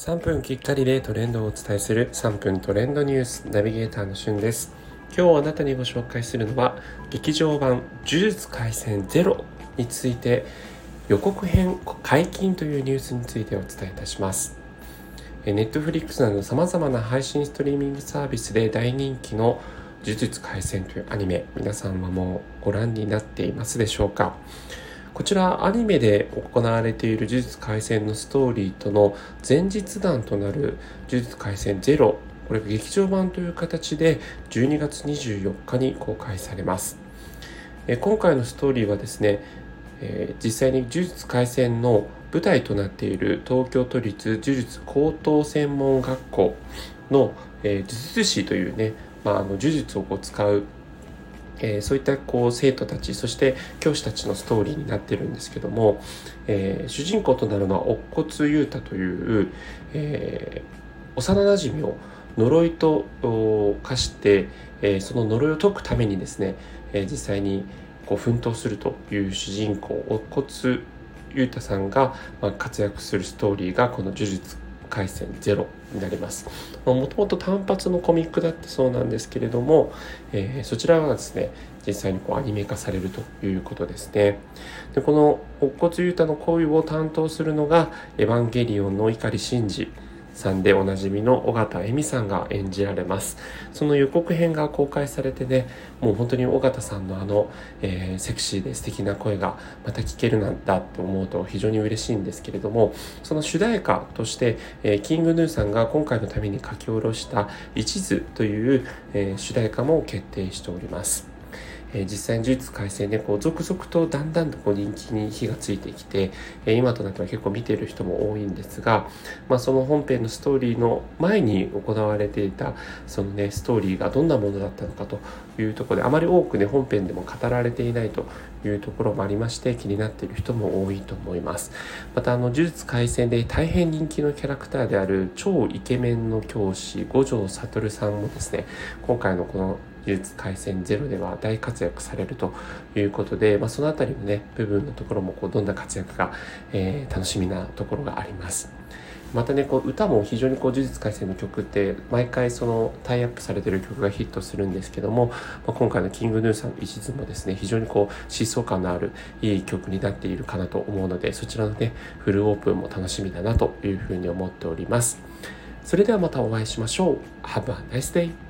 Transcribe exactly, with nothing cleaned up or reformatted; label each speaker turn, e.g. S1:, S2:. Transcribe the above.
S1: さんぷんきっかりでトレンドをお伝えするさんぷんトレンドニュースナビゲーターのしゅんです。今日あなたにご紹介するのは劇場版呪術廻戦ゼロについて予告編解禁というニュースについてお伝えいたします。ネットフリックスなどさまざまな配信ストリーミングサービスで大人気の呪術廻戦というアニメ、皆さんはもうご覧になっていますでしょうか。こちらアニメで行われている呪術廻戦のストーリーとの前日談となる呪術廻戦ゼロ、これが劇場版という形でじゅうにがつにじゅうよっかに公開されます。え今回のストーリーはですね、えー、実際に呪術廻戦の舞台となっている東京都立呪術高等専門学校の、えー、呪術師というね、まあ、あの呪術をこう使うえー、そういったこう生徒たち、そして教師たちのストーリーになっているんですけども、えー、主人公となるのは乙骨憂太という、えー、幼なじみを呪いと化して、えー、その呪いを解くためにですね、えー、実際にこう奮闘するという主人公乙骨憂太さんが、まあ、活躍するストーリーがこの呪術廻戦ゼロになります。もともと単発のコミックだったそうなんですけれども、えー、そちらがですね実際にこうアニメ化されるということですね。でこの乙骨憂太の声を担当するのがエヴァンゲリオンの碇シンジさんでおなじみの尾形恵美さんが演じられます。その予告編が公開されてね、もう本当に尾形さんのあの、えー、セクシーで素敵な声がまた聞けるなんだって思うと非常に嬉しいんですけれども、その主題歌として、えー、キングヌーさんが今回のために書き下ろした一途という、えー、主題歌も決定しております。えー、実際に呪術廻戦でこう続々とだんだんとこう人気に火がついてきて、えー、今となっては結構見ている人も多いんですが、まあ、その本編のストーリーの前に行われていたそのねストーリーがどんなものだったのかというところであまり多くね本編でも語られていないというところもありまして、気になっている人も多いと思います。またあの呪術廻戦で大変人気のキャラクターである超イケメンの教師五条悟さんもですね、今回のこの呪術廻戦ゼロでは大活躍されるということで、まあ、そのあたりのね部分のところもこうどんな活躍が、えー、楽しみなところがあります。またねこう歌も非常にこう呪術廻戦の曲って毎回そのタイアップされている曲がヒットするんですけども、まあ、今回のキングヌーさんの一途もですね非常にこう疾走感のあるいい曲になっているかなと思うので、そちらのねフルオープンも楽しみだなというふうに思っております。それではまたお会いしましょう。Have a nice day!